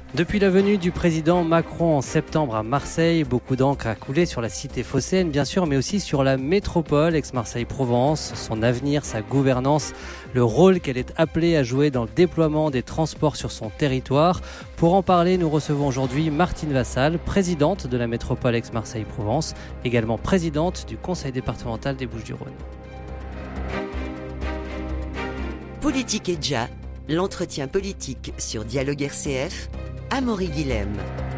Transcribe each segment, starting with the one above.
Depuis la venue du président Macron en septembre à Marseille, beaucoup d'encre a coulé sur la cité phocéenne, bien sûr, mais aussi sur la métropole, Aix-Marseille-Provence, son avenir, sa gouvernance, le rôle qu'elle est appelée à jouer dans le déploiement des transports sur son territoire. Pour en parler, nous recevons aujourd'hui Martine Vassal, présidente de la métropole Aix-Marseille-Provence, également présidente du conseil départemental des Bouches-du-Rhône. Politique et Déjà, l'entretien politique sur Dialogue RCF, Amaury Guilhem.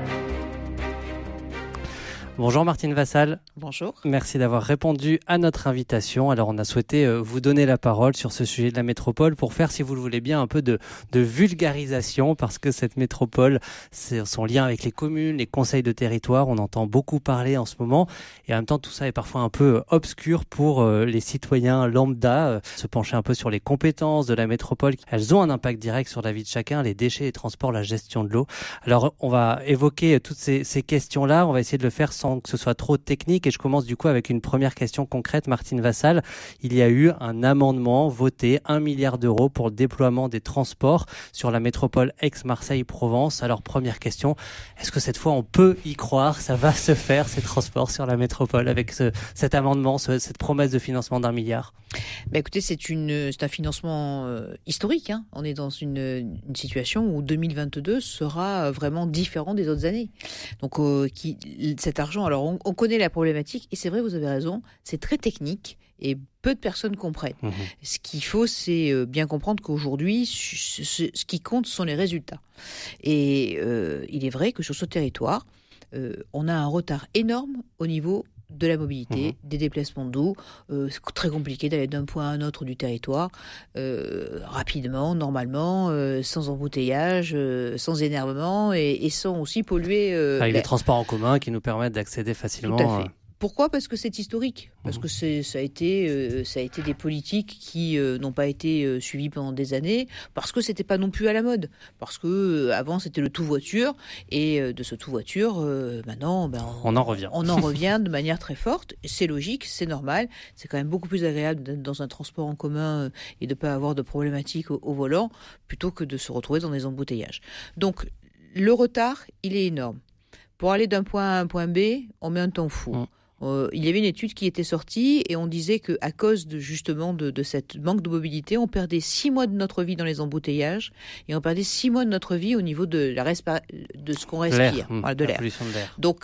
Bonjour Martine Vassal. Bonjour. Merci d'avoir répondu à notre invitation. Alors on a souhaité vous donner la parole sur ce sujet de la métropole pour faire, si vous le voulez bien, un peu de vulgarisation, parce que cette métropole, c'est son lien avec les communes, les conseils de territoire, on entend beaucoup parler en ce moment, et en même temps tout ça est parfois un peu obscur pour les citoyens lambda, se pencher un peu sur les compétences de la métropole. Elles ont un impact direct sur la vie de chacun, les déchets, les transports, la gestion de l'eau. Alors on va évoquer toutes ces questions-là, on va essayer de le faire sans que ce soit trop technique, et je commence du coup avec une première question concrète. Martine Vassal, il y a eu un amendement voté, 1 milliard d'euros pour le déploiement des transports sur la métropole Aix-Marseille-Provence. Alors première question, est-ce que cette fois on peut y croire, ça va se faire ces transports sur la métropole avec cet amendement, cette promesse de financement d'1 milliard? Écoutez, c'est un financement historique. On est dans une situation où 2022 sera vraiment différent des autres années. Donc cet argent, alors on connaît la problématique, et c'est vrai, vous avez raison, c'est très technique et peu de personnes comprennent. Ce qu'il faut, c'est bien comprendre qu'aujourd'hui, ce qui compte sont les résultats. Et il est vrai que sur ce territoire, on a un retard énorme au niveau de la mobilité, des déplacements doux. C'est très compliqué d'aller d'un point à un autre du territoire rapidement, normalement, sans embouteillage, sans énervement et sans aussi polluer. Avec les transports en commun qui nous permettent d'accéder facilement. Tout à fait. Pourquoi ? Parce que c'est historique. Parce que ça a été des politiques qui n'ont pas été suivies pendant des années. Parce que c'était pas non plus à la mode. Parce que avant c'était le tout voiture, et de ce tout voiture, maintenant, on en revient. On en revient de manière très forte. C'est logique, c'est normal. C'est quand même beaucoup plus agréable d'être dans un transport en commun et de pas avoir de problématiques au volant, plutôt que de se retrouver dans des embouteillages. Donc le retard, il est énorme. Pour aller d'un point A à un point B, on met un temps fou. Il y avait une étude qui était sortie et on disait qu'à cause justement de cette manque de mobilité, on perdait 6 mois de notre vie dans les embouteillages et on perdait 6 mois de notre vie au niveau de ce qu'on respire, de l'air. Pollution de l'air. Donc,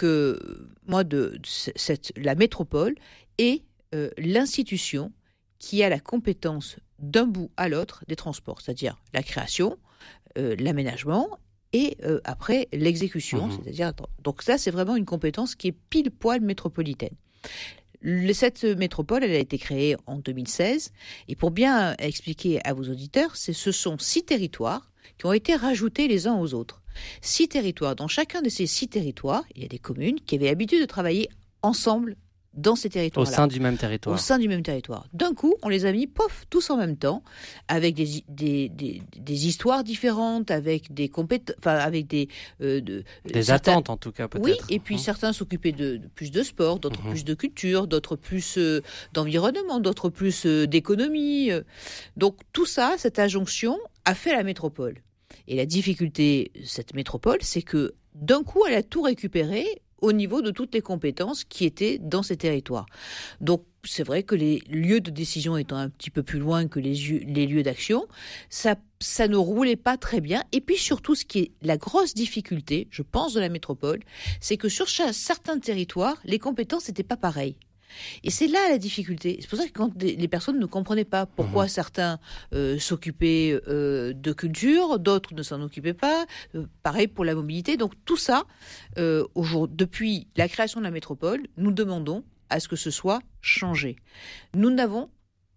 la métropole est l'institution qui a la compétence d'un bout à l'autre des transports, c'est-à-dire la création, l'aménagement et après l'exécution, c'est-à-dire, donc ça c'est vraiment une compétence qui est pile poil métropolitaine. Cette métropole, elle a été créée en 2016, et pour bien expliquer à vos auditeurs, ce sont 6 territoires qui ont été rajoutés les uns aux autres. 6 territoires. Dans chacun de ces 6 territoires, il y a des communes qui avaient l'habitude de travailler ensemble dans ces territoires-là. Au sein du même territoire. Au sein du même territoire. D'un coup, on les a mis, tous en même temps, avec des histoires différentes, avec des compétences, avec des attentes en tout cas peut-être. Oui, et puis certains s'occupaient de plus de sport, d'autres plus de culture, d'autres plus d'environnement, d'autres plus d'économie. Donc tout ça, cette injonction a fait la métropole. Et la difficulté de cette métropole, c'est que d'un coup, elle a tout récupéré au niveau de toutes les compétences qui étaient dans ces territoires. Donc, c'est vrai que les lieux de décision étant un petit peu plus loin que les lieux d'action, ça ne roulait pas très bien. Et puis surtout, ce qui est la grosse difficulté, je pense, de la métropole, c'est que sur certains territoires, les compétences n'étaient pas pareilles. Et c'est là la difficulté. C'est pour ça que quand les personnes ne comprenaient pas pourquoi certains s'occupaient de culture, d'autres ne s'en occupaient pas, pareil pour la mobilité. Donc tout ça, depuis la création de la métropole, nous demandons à ce que ce soit changé. Nous n'avions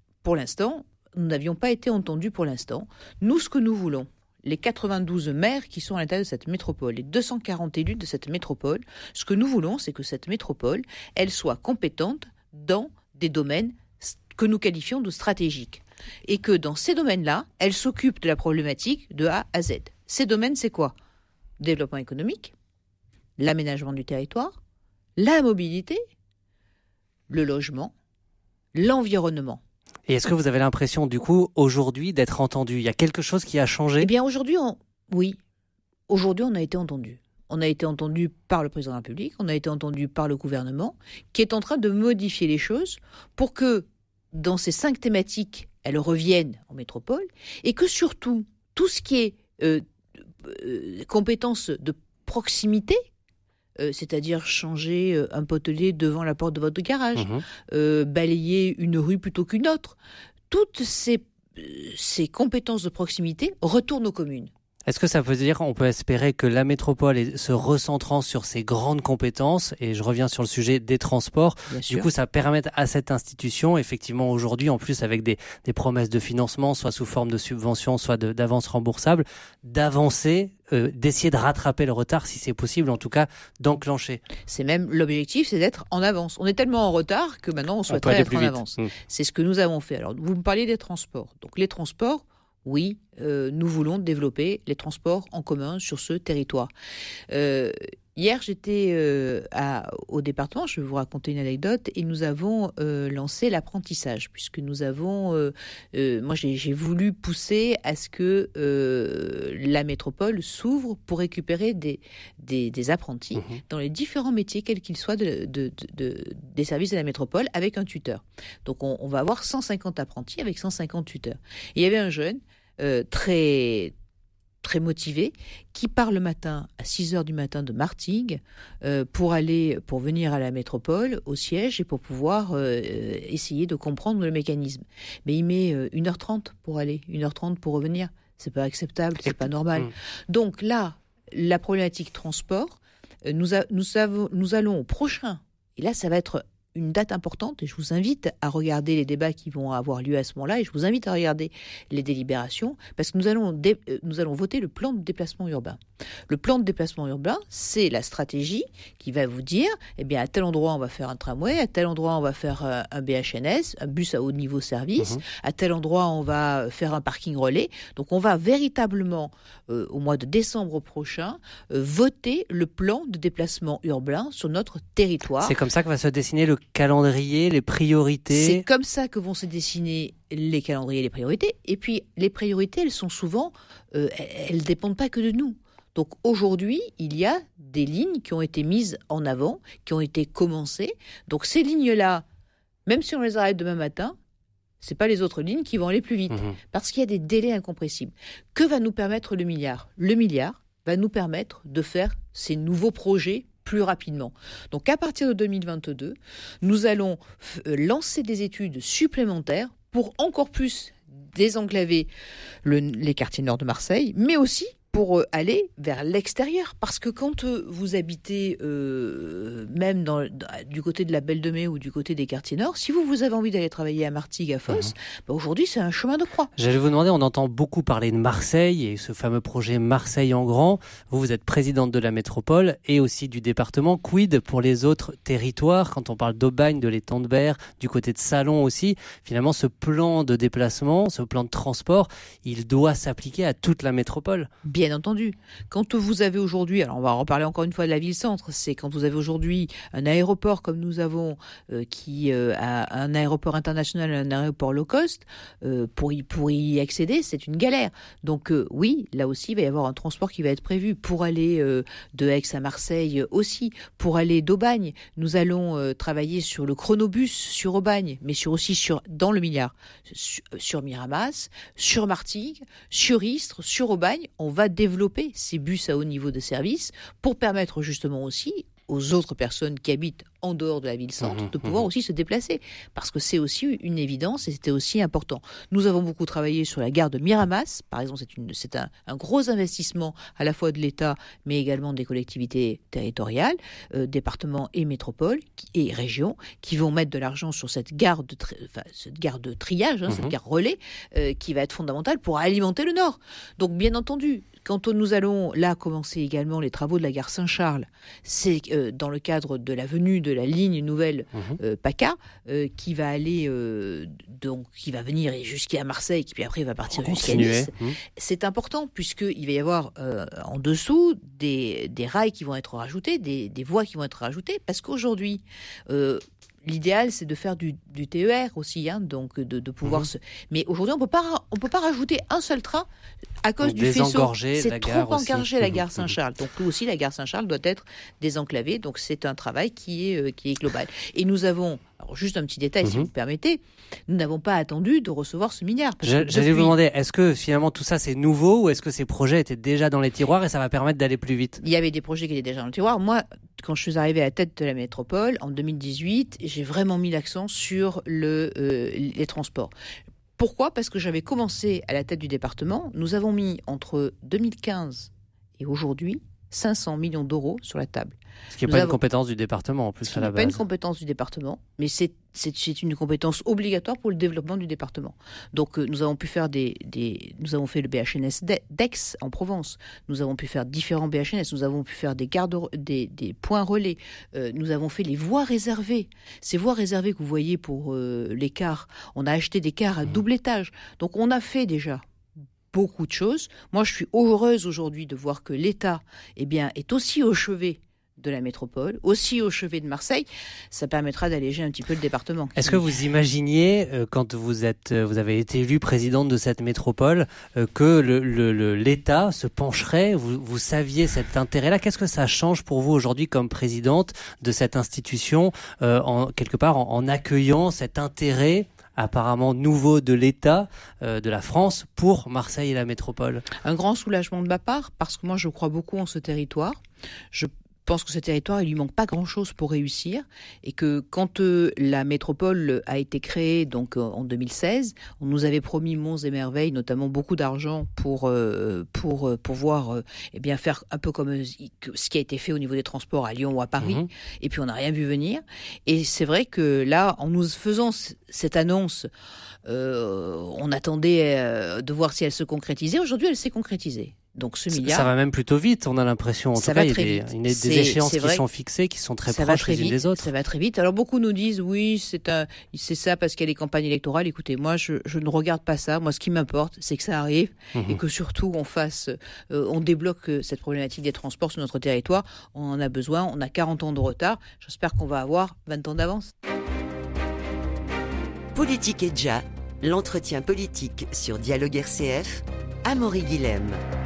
pas été entendus pour l'instant. Nous, ce que nous voulons, les 92 maires qui sont à l'intérieur de cette métropole, les 240 élus de cette métropole, ce que nous voulons, c'est que cette métropole, elle soit compétente dans des domaines que nous qualifions de stratégiques. Et que dans ces domaines-là, elle s'occupe de la problématique de A à Z. Ces domaines, c'est quoi ? Développement économique, l'aménagement du territoire, la mobilité, le logement, l'environnement. Et est-ce que vous avez l'impression, du coup, aujourd'hui, d'être entendu ? Il y a quelque chose qui a changé ? Eh bien, aujourd'hui, oui. aujourd'hui, on a été entendu. On a été entendu par le président de la République, on a été entendu par le gouvernement, qui est en train de modifier les choses pour que, dans ces 5 thématiques, elles reviennent en métropole, et que surtout, tout ce qui est compétences de proximité, c'est-à-dire changer un potelet devant la porte de votre garage, balayer une rue plutôt qu'une autre, toutes ces compétences de proximité retournent aux communes. Est-ce que ça veut dire qu'on peut espérer que la métropole, se recentrant sur ses grandes compétences, et je reviens sur le sujet des transports, du coup ça permet à cette institution, effectivement aujourd'hui, en plus avec des promesses de financement, soit sous forme de subventions, soit d'avances remboursables, d'avancer, d'essayer de rattraper le retard si c'est possible, en tout cas d'enclencher. C'est même l'objectif, c'est d'être en avance. On est tellement en retard que maintenant on souhaiterait être en avance. C'est ce que nous avons fait. Alors vous me parliez des transports. Donc les transports, oui, nous voulons développer les transports en commun sur ce territoire. Hier, j'étais au département, je vais vous raconter une anecdote, et nous avons lancé l'apprentissage, puisque nous avons... moi, j'ai voulu pousser à ce que la métropole s'ouvre pour récupérer des apprentis dans les différents métiers, quels qu'ils soient, des services de la métropole, avec un tuteur. Donc, on va avoir 150 apprentis avec 150 tuteurs. Et il y avait un jeune très motivé, qui part le matin à 6h du matin de Martigues pour venir à la métropole, au siège, et pour pouvoir essayer de comprendre le mécanisme. Mais il met 1h30 pour aller, 1h30 pour revenir. C'est pas acceptable, c'est pas normal. Donc là, la problématique transport, nous allons au prochain, et là ça va être une date importante, et je vous invite à regarder les débats qui vont avoir lieu à ce moment-là, et je vous invite à regarder les délibérations, parce que nous allons voter le plan de déplacement urbain. Le plan de déplacement urbain, c'est la stratégie qui va vous dire, eh bien, à tel endroit, on va faire un tramway, à tel endroit, on va faire un BHNS, un bus à haut niveau service, à tel endroit, on va faire un parking relais. Donc, on va véritablement, au mois de décembre prochain, voter le plan de déplacement urbain sur notre territoire. C'est comme ça que va se dessiner le calendrier, les priorités. C'est comme ça que vont se dessiner les calendriers, les priorités. Et puis, les priorités, elles sont souvent, elles ne dépendent pas que de nous. Donc aujourd'hui, il y a des lignes qui ont été mises en avant, qui ont été commencées. Donc ces lignes-là, même si on les arrête demain matin, c'est pas les autres lignes qui vont aller plus vite, parce qu'il y a des délais incompressibles. Que va nous permettre le milliard ? Le milliard va nous permettre de faire ces nouveaux projets plus rapidement. Donc à partir de 2022, nous allons lancer des études supplémentaires pour encore plus désenclaver les quartiers nord de Marseille, mais aussi pour aller vers l'extérieur. Parce que quand vous habitez même du côté de la Belle de Mai ou du côté des quartiers nord, si vous avez envie d'aller travailler à Martigues, à Fos, aujourd'hui c'est un chemin de croix. J'allais vous demander, on entend beaucoup parler de Marseille et ce fameux projet Marseille en grand. Vous êtes présidente de la métropole et aussi du département. Quid pour les autres territoires, quand on parle d'Aubagne, de l'étang de Berre, du côté de Salon aussi? Finalement, ce plan de déplacement, ce plan de transport, il doit s'appliquer à toute la métropole. Bien entendu. Quand vous avez aujourd'hui, alors on va reparler encore une fois de la ville-centre, c'est quand vous avez aujourd'hui un aéroport comme nous avons, qui a un aéroport international et un aéroport low cost, pour y accéder, c'est une galère. Donc oui, là aussi, il va y avoir un transport qui va être prévu pour aller de Aix à Marseille aussi, pour aller d'Aubagne. Nous allons travailler sur le chronobus sur Aubagne, mais dans le milliard, sur Miramas, sur Martigues, sur Istres, sur Aubagne. On va développer ces bus à haut niveau de service pour permettre justement aussi aux autres personnes qui habitent en dehors de la ville-centre de pouvoir aussi se déplacer. Parce que c'est aussi une évidence et c'était aussi important. Nous avons beaucoup travaillé sur la gare de Miramas. Par exemple, c'est un gros investissement à la fois de l'État, mais également des collectivités territoriales, départements et métropoles et régions, qui vont mettre de l'argent sur cette gare de triage, cette gare relais, qui va être fondamentale pour alimenter le Nord. Donc, bien entendu, quand nous allons là commencer également les travaux de la gare Saint-Charles, c'est dans le cadre de la venue de la ligne nouvelle PACA, qui va aller qui va venir jusqu'à Marseille, qui puis après va partir jusqu'à Nice. C'est important puisqu'il va y avoir en dessous des rails qui vont être rajoutés, des voies qui vont être rajoutées, parce qu'aujourd'hui l'idéal, c'est de faire du TER aussi, hein, donc de pouvoir Mais aujourd'hui, on peut pas rajouter un seul train à cause du faisceau. C'est trop engorgé la gare Saint-Charles. Donc nous aussi, la gare Saint-Charles doit être désenclavée. Donc c'est un travail qui est global. Et nous avons, alors juste un petit détail, si vous me permettez, nous n'avons pas attendu de recevoir ce milliard. J'allais vous demander, est-ce que finalement tout ça c'est nouveau ou est-ce que ces projets étaient déjà dans les tiroirs et ça va permettre d'aller plus vite? Il y avait des projets qui étaient déjà dans le tiroir. Moi, quand je suis arrivée à la tête de la métropole en 2018, j'ai vraiment mis l'accent sur les transports. Pourquoi ? Parce que j'avais commencé à la tête du département. Nous avons mis entre 2015 et aujourd'hui 500 millions d'euros sur la table. Ce qui n'est pas une compétence du département en plus à la base. Ce n'est pas une compétence du département, mais c'est une compétence obligatoire pour le développement du département. Donc nous avons pu faire nous avons fait le BHNS d'Aix en Provence. Nous avons pu faire différents BHNS. Nous avons pu faire des points relais. Nous avons fait les voies réservées. Ces voies réservées que vous voyez pour les cars. On a acheté des cars à double étage. Donc on a fait déjà beaucoup de choses. Moi, je suis heureuse aujourd'hui de voir que l'État, est aussi au chevet de la métropole, aussi au chevet de Marseille. Ça permettra d'alléger un petit peu le département. Est-ce que vous imaginiez, quand vous avez été élu présidente de cette métropole, que l'État se pencherait, vous saviez cet intérêt-là? Qu'est-ce que ça change pour vous aujourd'hui comme présidente de cette institution, quelque part en accueillant cet intérêt apparemment nouveau de l'État, de la France, pour Marseille et la métropole? Un grand soulagement de ma part, parce que moi je crois beaucoup en ce territoire. Je pense que ce territoire, il lui manque pas grand-chose pour réussir, et que quand la métropole a été créée donc en 2016, on nous avait promis monts et merveilles, notamment beaucoup d'argent pour pouvoir faire un peu comme ce qui a été fait au niveau des transports à Lyon ou à Paris, et puis on n'a rien vu venir. Et c'est vrai que là, en nous faisant cette annonce, on attendait de voir si elle se concrétisait. Aujourd'hui, elle s'est concrétisée. Donc ce milliard, ça va même plutôt vite, on a l'impression. En tout cas, il y a des échéances qui sont fixées, qui sont très proches les unes des autres. Ça va très vite. Alors beaucoup nous disent, oui, c'est ça parce qu'il y a les campagnes électorales. Écoutez, moi, je ne regarde pas ça. Moi, ce qui m'importe, c'est que ça arrive et que surtout on débloque cette problématique des transports sur notre territoire. On en a besoin. On a 40 ans de retard. J'espère qu'on va avoir 20 ans d'avance. Politique et Dja, l'entretien politique sur Dialogue RCF, Amaury Guilhem.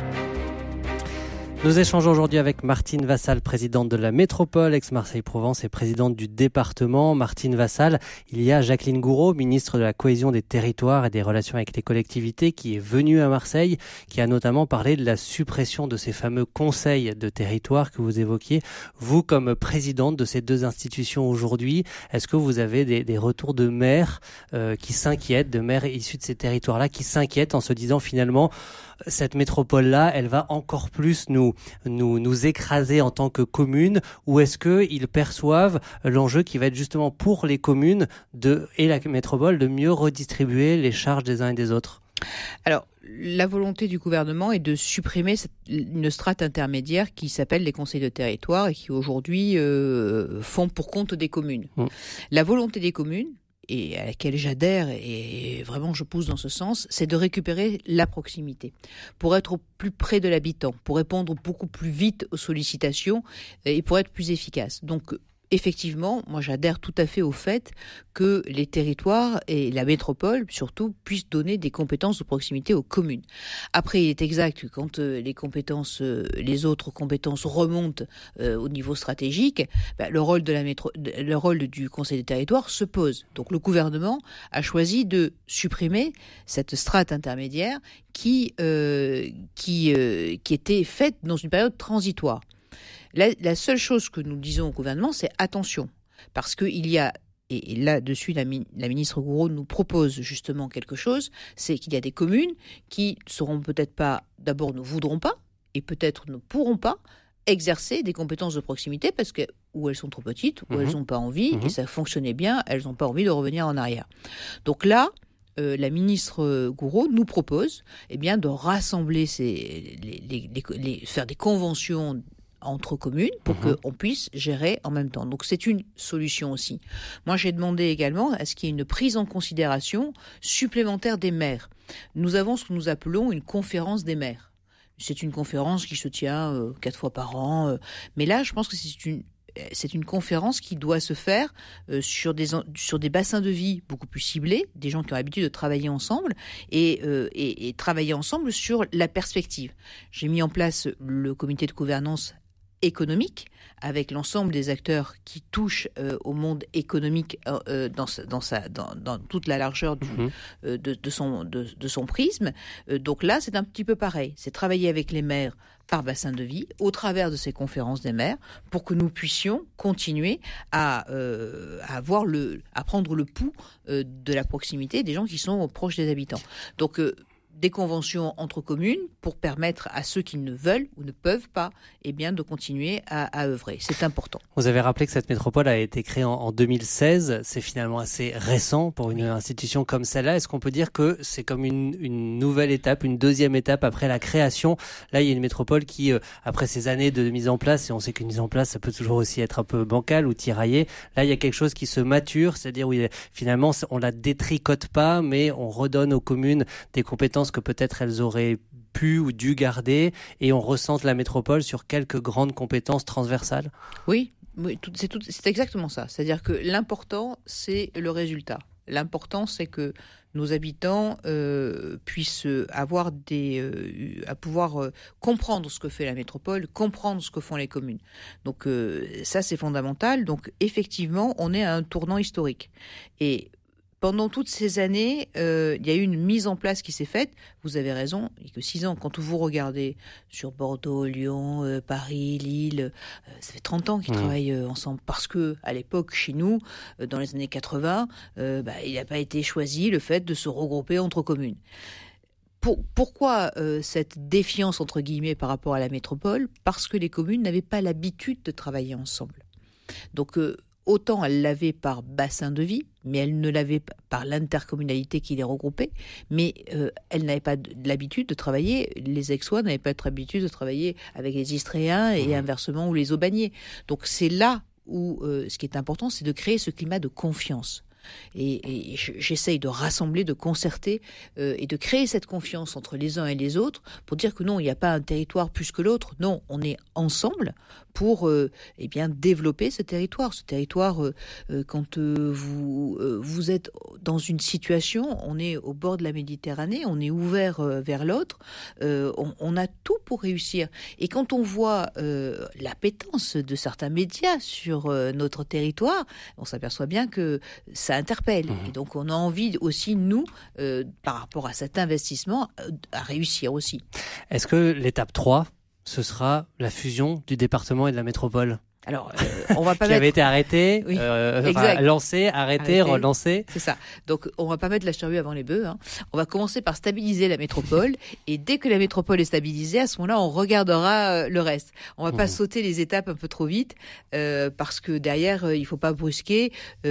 Nous échangeons aujourd'hui avec Martine Vassal, présidente de la métropole Aix-Marseille-Provence et présidente du département. Martine Vassal, il y a Jacqueline Gouraud, ministre de la Cohésion des Territoires et des Relations avec les collectivités, qui est venue à Marseille, qui a notamment parlé de la suppression de ces fameux conseils de territoire que vous évoquiez. Vous, comme présidente de ces deux institutions aujourd'hui, est-ce que vous avez des retours de maires qui s'inquiètent, de maires issus de ces territoires-là, qui s'inquiètent en se disant finalement, cette métropole-là, elle va encore plus nous écraser en tant que commune, ou est-ce qu'ils perçoivent l'enjeu qui va être justement pour les communes et la métropole de mieux redistribuer les charges des uns et des autres? Alors, la volonté du gouvernement est de supprimer une strate intermédiaire qui s'appelle les conseils de territoire et qui aujourd'hui font pour compte des communes. La volonté des communes, et à laquelle j'adhère et vraiment je pousse dans ce sens, c'est de récupérer la proximité pour être au plus près de l'habitant, pour répondre beaucoup plus vite aux sollicitations et pour être plus efficace. Donc effectivement, moi j'adhère tout à fait au fait que les territoires et la métropole surtout puissent donner des compétences de proximité aux communes. Après, il est exact que quand les autres compétences remontent au niveau stratégique, le rôle du Conseil des territoires se pose. Donc le gouvernement a choisi de supprimer cette strate intermédiaire qui était faite dans une période transitoire. La seule chose que nous disons au gouvernement, c'est attention, parce qu'il y a, et là-dessus la ministre Gouraud nous propose justement quelque chose, c'est qu'il y a des communes qui seront peut-être pas, d'abord ne voudront pas, et peut-être ne pourront pas exercer des compétences de proximité, parce que ou elles sont trop petites, ou elles n'ont pas envie, et ça fonctionnait bien, elles n'ont pas envie de revenir en arrière. Donc là, la ministre Gouraud nous propose de rassembler faire des conventions entre communes pour qu'on puisse gérer en même temps. Donc c'est une solution aussi. Moi j'ai demandé également à ce qu'il y ait une prise en considération supplémentaire des maires. Nous avons ce que nous appelons une conférence des maires. C'est une conférence qui se tient 4 fois par an. Mais là je pense que c'est c'est une conférence qui doit se faire sur des bassins de vie beaucoup plus ciblés, des gens qui ont l'habitude de travailler ensemble et travailler ensemble sur la perspective. J'ai mis en place le comité de gouvernance économique avec l'ensemble des acteurs qui touchent au monde économique dans toute la largeur de son prisme. Donc là, c'est un petit peu pareil. C'est travailler avec les maires par bassin de vie au travers de ces conférences des maires pour que nous puissions continuer à prendre le pouls de la proximité des gens qui sont proches des habitants. Donc des conventions entre communes pour permettre à ceux qui ne veulent ou ne peuvent pas de continuer à œuvrer. C'est important. Vous avez rappelé que cette métropole a été créée en 2016. C'est finalement assez récent pour une institution comme celle-là. Est-ce qu'on peut dire que c'est comme une nouvelle étape, une deuxième étape après la création? Là, il y a une métropole qui, après ces années de mise en place, et on sait qu'une mise en place, ça peut toujours aussi être un peu bancale ou tiraillée. Là, il y a quelque chose qui se mature, c'est-à-dire où finalement, on la détricote pas, mais on redonne aux communes des compétences que peut-être elles auraient pu ou dû garder, et on recentre la métropole sur quelques grandes compétences transversales. Oui, c'est exactement ça. C'est-à-dire que l'important, c'est le résultat. L'important, c'est que nos habitants puissent avoir à pouvoir comprendre ce que fait la métropole, comprendre ce que font les communes. Donc ça, c'est fondamental. Donc effectivement, on est à un tournant historique. Et pendant toutes ces années, il y a eu une mise en place qui s'est faite. Vous avez raison, il n'y a que 6 ans. Quand vous regardez sur Bordeaux, Lyon, Paris, Lille, ça fait 30 ans qu'ils travaillent ensemble. Parce que à l'époque, chez nous, dans les années 80, il n'a pas été choisi le fait de se regrouper entre communes. Pourquoi cette défiance, entre guillemets, par rapport à la métropole? Parce que les communes n'avaient pas l'habitude de travailler ensemble. Donc, autant elles l'avaient par bassin de vie, mais elles ne l'avaient pas par l'intercommunalité qui les regroupait, mais elles n'avaient pas l'habitude de travailler, les Aixois n'avaient pas l'habitude de travailler avec les Istréens et inversement, ou les Aubagnais. Donc c'est là où ce qui est important, c'est de créer ce climat de confiance. Et j'essaye de rassembler, de concerter et de créer cette confiance entre les uns et les autres pour dire que non, il n'y a pas un territoire plus que l'autre. Non, on est ensemble pour développer ce territoire. Ce territoire, quand vous êtes dans une situation, on est au bord de la Méditerranée, on est ouvert vers l'autre, on a tout pour réussir. Et quand on voit l'appétence de certains médias sur notre territoire, on s'aperçoit bien que ça interpelle. Et donc on a envie aussi, nous, par rapport à cet investissement, à réussir aussi. Est-ce que l'étape 3, ce sera la fusion du département et de la métropole? Alors, on va pas qui avait été arrêté, oui, lancé, arrêté, relancé. C'est ça. Donc, on va pas mettre la charrue avant les bœufs. On va commencer par stabiliser la métropole. Et dès que la métropole est stabilisée, à ce moment-là, on regardera le reste. On va pas sauter les étapes un peu trop vite, parce que derrière, il faut pas brusquer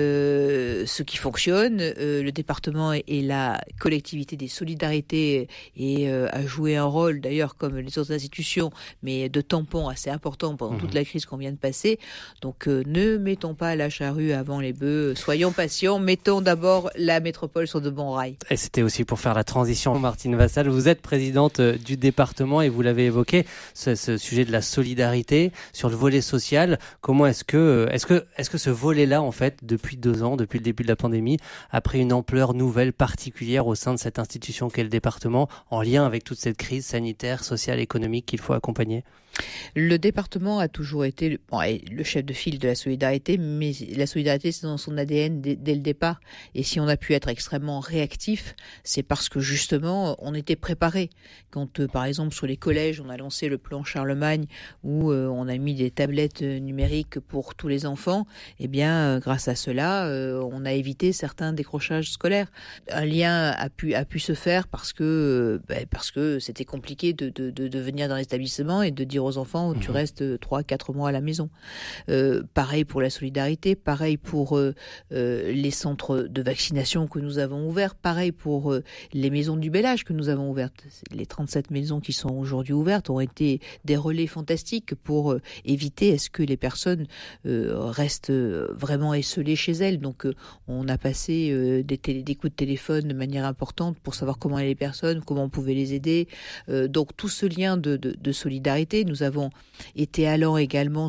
ce qui fonctionne. Le département et la collectivité des solidarités a joué un rôle, d'ailleurs, comme les autres institutions, mais de tampon assez important pendant toute la crise qu'on vient de passer. Donc ne mettons pas la charrue avant les bœufs, soyons patients, mettons d'abord la métropole sur de bons rails. Et c'était aussi pour faire la transition. Martine Vassal, vous êtes présidente du département et vous l'avez évoqué, ce sujet de la solidarité sur le volet social. Comment est-ce que ce volet-là, en fait, depuis 2 ans, depuis le début de la pandémie, a pris une ampleur nouvelle, particulière au sein de cette institution qu'est le département, en lien avec toute cette crise sanitaire, sociale, économique qu'il faut accompagner? Le département a toujours été le chef de file de la solidarité, mais la solidarité, c'est dans son ADN dès le départ. Et si on a pu être extrêmement réactif, c'est parce que justement, on était préparé. Quand, par exemple, sur les collèges, on a lancé le plan Charlemagne, où on a mis des tablettes numériques pour tous les enfants, grâce à cela, on a évité certains décrochages scolaires. Un lien a pu se faire parce que c'était compliqué de venir dans l'établissement et de dire aux enfants, tu restes 3-4 mois à la maison. Pareil pour la solidarité, pareil pour les centres de vaccination que nous avons ouverts, pareil pour les maisons du bel âge que nous avons ouvertes. Les 37 maisons qui sont aujourd'hui ouvertes ont été des relais fantastiques pour éviter est-ce que les personnes restent vraiment esselées chez elles. Donc on a passé des coups de téléphone de manière importante pour savoir comment allaient les personnes, comment on pouvait les aider. Donc tout ce lien de solidarité, nous avons été allant également sur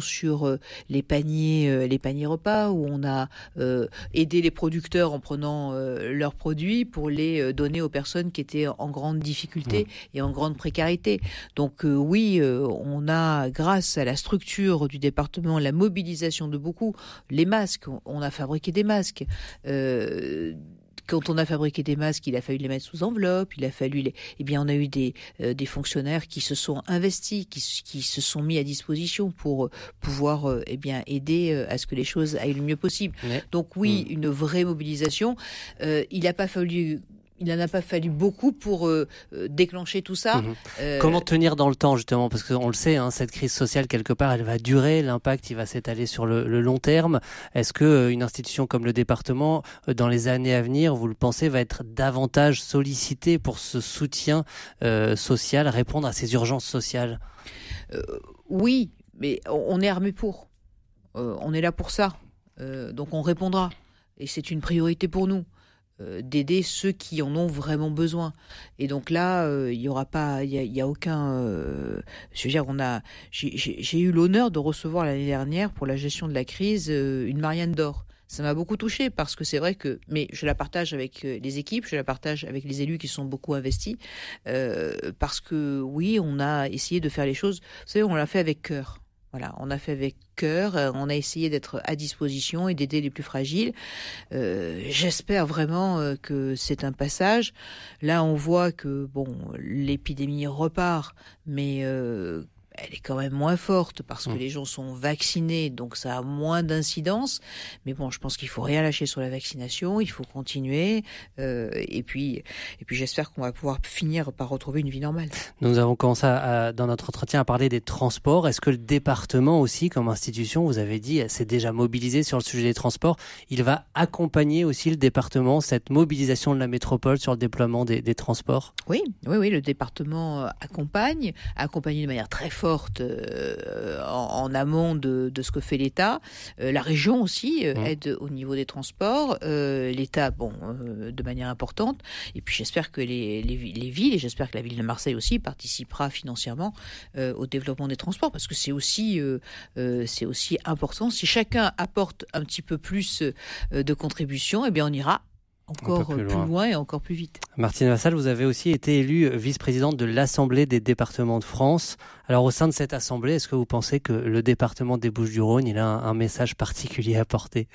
sur les paniers repas, où on a aidé les producteurs en prenant leurs produits pour les donner aux personnes qui étaient en grande difficulté et en grande précarité. Donc oui, on a, grâce à la structure du département, la mobilisation de beaucoup, les masques, on a fabriqué des masques. Quand on a fabriqué des masques, il a fallu les mettre sous enveloppe, on a eu des fonctionnaires qui se sont investis, qui se sont mis à disposition pour pouvoir aider à ce que les choses aillent le mieux possible. Donc oui, une vraie mobilisation. Il n'en a pas fallu beaucoup pour déclencher tout ça. Comment tenir dans le temps, justement? Parce qu'on le sait, cette crise sociale, quelque part, elle va durer. L'impact, il va s'étaler sur le long terme. Est-ce qu'une institution comme le département, dans les années à venir, vous le pensez, va être davantage sollicitée pour ce soutien social, répondre à ces urgences sociales? Oui, mais on est armé pour. On est là pour ça. Donc on répondra. Et c'est une priorité pour nous. D'aider ceux qui en ont vraiment besoin. Et donc là, il y aura pas, il y a aucun. Je veux dire, j'ai eu l'honneur de recevoir l'année dernière pour la gestion de la crise une Marianne d'or. Ça m'a beaucoup touchée parce que c'est vrai mais je la partage avec les équipes, je la partage avec les élus qui sont beaucoup investis, parce que oui, on a essayé de faire les choses. Vous savez, on l'a fait avec cœur. Voilà, on a fait avec cœur, on a essayé d'être à disposition et d'aider les plus fragiles. J'espère vraiment que c'est un passage. Là, on voit que l'épidémie repart, mais elle est quand même moins forte parce que les gens sont vaccinés, donc ça a moins d'incidence. Mais bon, je pense qu'il faut rien lâcher sur la vaccination, il faut continuer. Et puis j'espère qu'on va pouvoir finir par retrouver une vie normale. Nous avons commencé dans notre entretien à parler des transports. Est-ce que le département aussi, comme institution, vous avez dit, s'est déjà mobilisé sur le sujet des transports? Il va accompagner aussi le département, cette mobilisation de la métropole sur le déploiement des transports? Oui, le département accompagne de manière très forte en amont de ce que fait l'État. La région aussi aide au niveau des transports. L'État, de manière importante. Et puis j'espère que les villes, et j'espère que la ville de Marseille aussi participera financièrement au développement des transports, parce que c'est aussi important. Si chacun apporte un petit peu plus de contribution, on ira encore plus loin et encore plus vite. Martine Vassal, vous avez aussi été élue vice-présidente de l'Assemblée des départements de France. Alors au sein de cette assemblée, est-ce que vous pensez que le département des Bouches-du-Rhône, il a un message particulier à porter?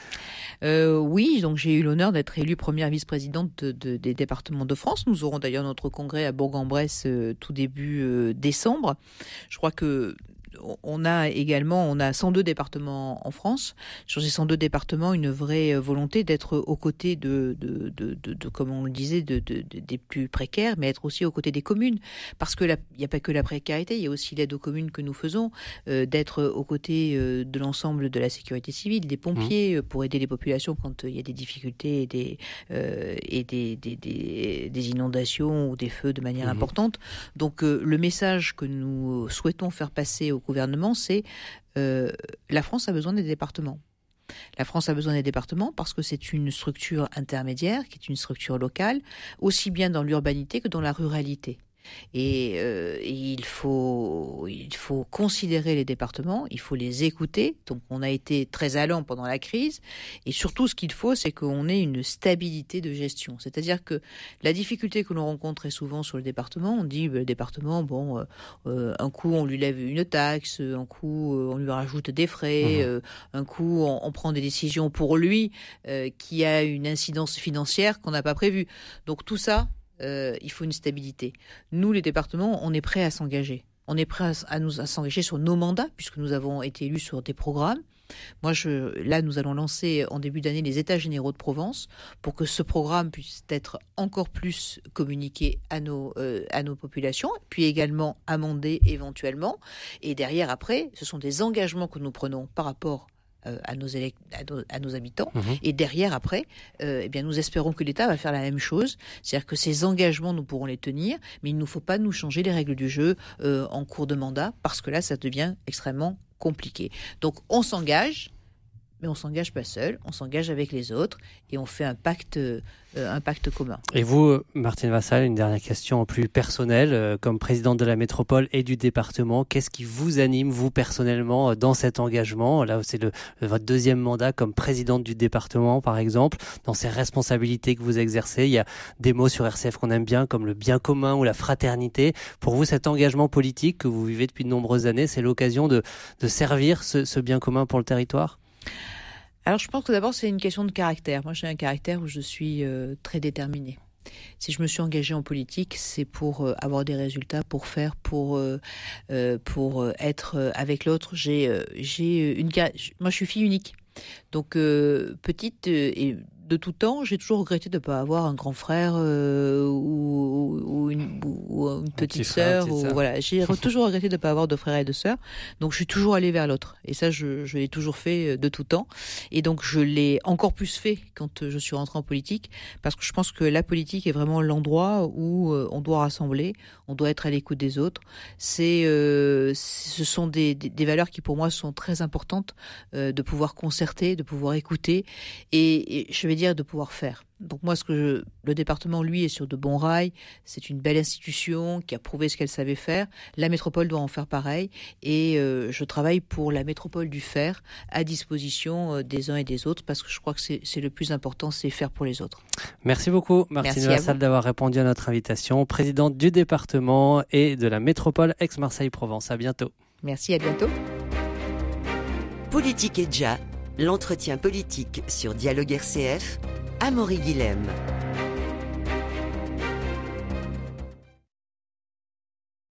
Oui, donc j'ai eu l'honneur d'être élue première vice-présidente des départements de France. Nous aurons d'ailleurs notre congrès à Bourg-en-Bresse tout début décembre. Je crois que on a 102 départements en France. Sur ces 102 départements, une vraie volonté d'être aux côtés de comme on le disait, des plus précaires, mais être aussi aux côtés des communes. Parce que il n'y a pas que la précarité, il y a aussi l'aide aux communes que nous faisons, d'être aux côtés de l'ensemble de la sécurité civile, des pompiers, pour aider les populations quand il y a des difficultés et des inondations ou des feux de manière importante. Donc le message que nous souhaitons faire passer au gouvernement, c'est la France a besoin des départements. La France a besoin des départements parce que c'est une structure intermédiaire, qui est une structure locale, aussi bien dans l'urbanité que dans la ruralité. Et il faut considérer les départements, il faut les écouter. Donc on a été très allant pendant la crise, et surtout ce qu'il faut, c'est qu'on ait une stabilité de gestion. C'est-à-dire que la difficulté que l'on rencontre très souvent sur le département, on dit le département, un coup on lui lève une taxe, un coup on lui rajoute des frais, un coup on prend des décisions pour lui qui a une incidence financière qu'on n'a pas prévue. Donc tout ça, il faut une stabilité. Nous, les départements, on est prêts à s'engager. On est prêts à s'engager sur nos mandats, puisque nous avons été élus sur des programmes. Là, nous allons lancer en début d'année les États généraux de Provence pour que ce programme puisse être encore plus communiqué à nos populations, puis également amendé éventuellement. Et derrière, après, ce sont des engagements que nous prenons par rapport à nos habitants. Et derrière, après, nous espérons que l'État va faire la même chose. C'est-à-dire que ces engagements, nous pourrons les tenir, mais il ne faut pas nous changer les règles du jeu en cours de mandat, parce que là, ça devient extrêmement compliqué. Donc, on s'engage, mais on s'engage pas seul, on s'engage avec les autres et on fait un pacte commun. Et vous, Martine Vassal, une dernière question plus personnelle, comme présidente de la métropole et du département, qu'est-ce qui vous anime, vous personnellement, dans cet engagement? Là, c'est votre deuxième mandat comme présidente du département, par exemple, dans ces responsabilités que vous exercez. Il y a des mots sur RCF qu'on aime bien, comme le bien commun ou la fraternité. Pour vous, cet engagement politique que vous vivez depuis de nombreuses années, c'est l'occasion de servir ce bien commun pour le territoire? Alors, je pense que d'abord, c'est une question de caractère. Moi, j'ai un caractère où je suis très déterminée. Si je me suis engagée en politique, c'est pour avoir des résultats, pour faire, pour être avec l'autre. Moi, je suis fille unique. Donc, petite et de tout temps, j'ai toujours regretté de ne pas avoir un grand frère ou une petite sœur. Voilà, j'ai toujours regretté de ne pas avoir de frères et de sœurs. Donc, je suis toujours allée vers l'autre. Et ça, je l'ai toujours fait de tout temps. Et donc, je l'ai encore plus fait quand je suis rentrée en politique, parce que je pense que la politique est vraiment l'endroit où on doit rassembler, on doit être à l'écoute des autres. Ce sont des valeurs qui, pour moi, sont très importantes, de pouvoir concerter, de pouvoir écouter, et je vais dire de pouvoir faire. Donc moi, le département, lui, est sur de bons rails. C'est une belle institution qui a prouvé ce qu'elle savait faire. La métropole doit en faire pareil. Et je travaille pour la métropole du faire, à disposition des uns et des autres, parce que je crois que c'est le plus important, c'est faire pour les autres. Merci beaucoup, Martine Vassal, d'avoir répondu à notre invitation. Présidente du département et de la métropole Aix-Marseille-Provence. À bientôt. Merci, à bientôt. Politique et Dia, l'entretien politique sur Dialogue RCF, Amaury Guilhem.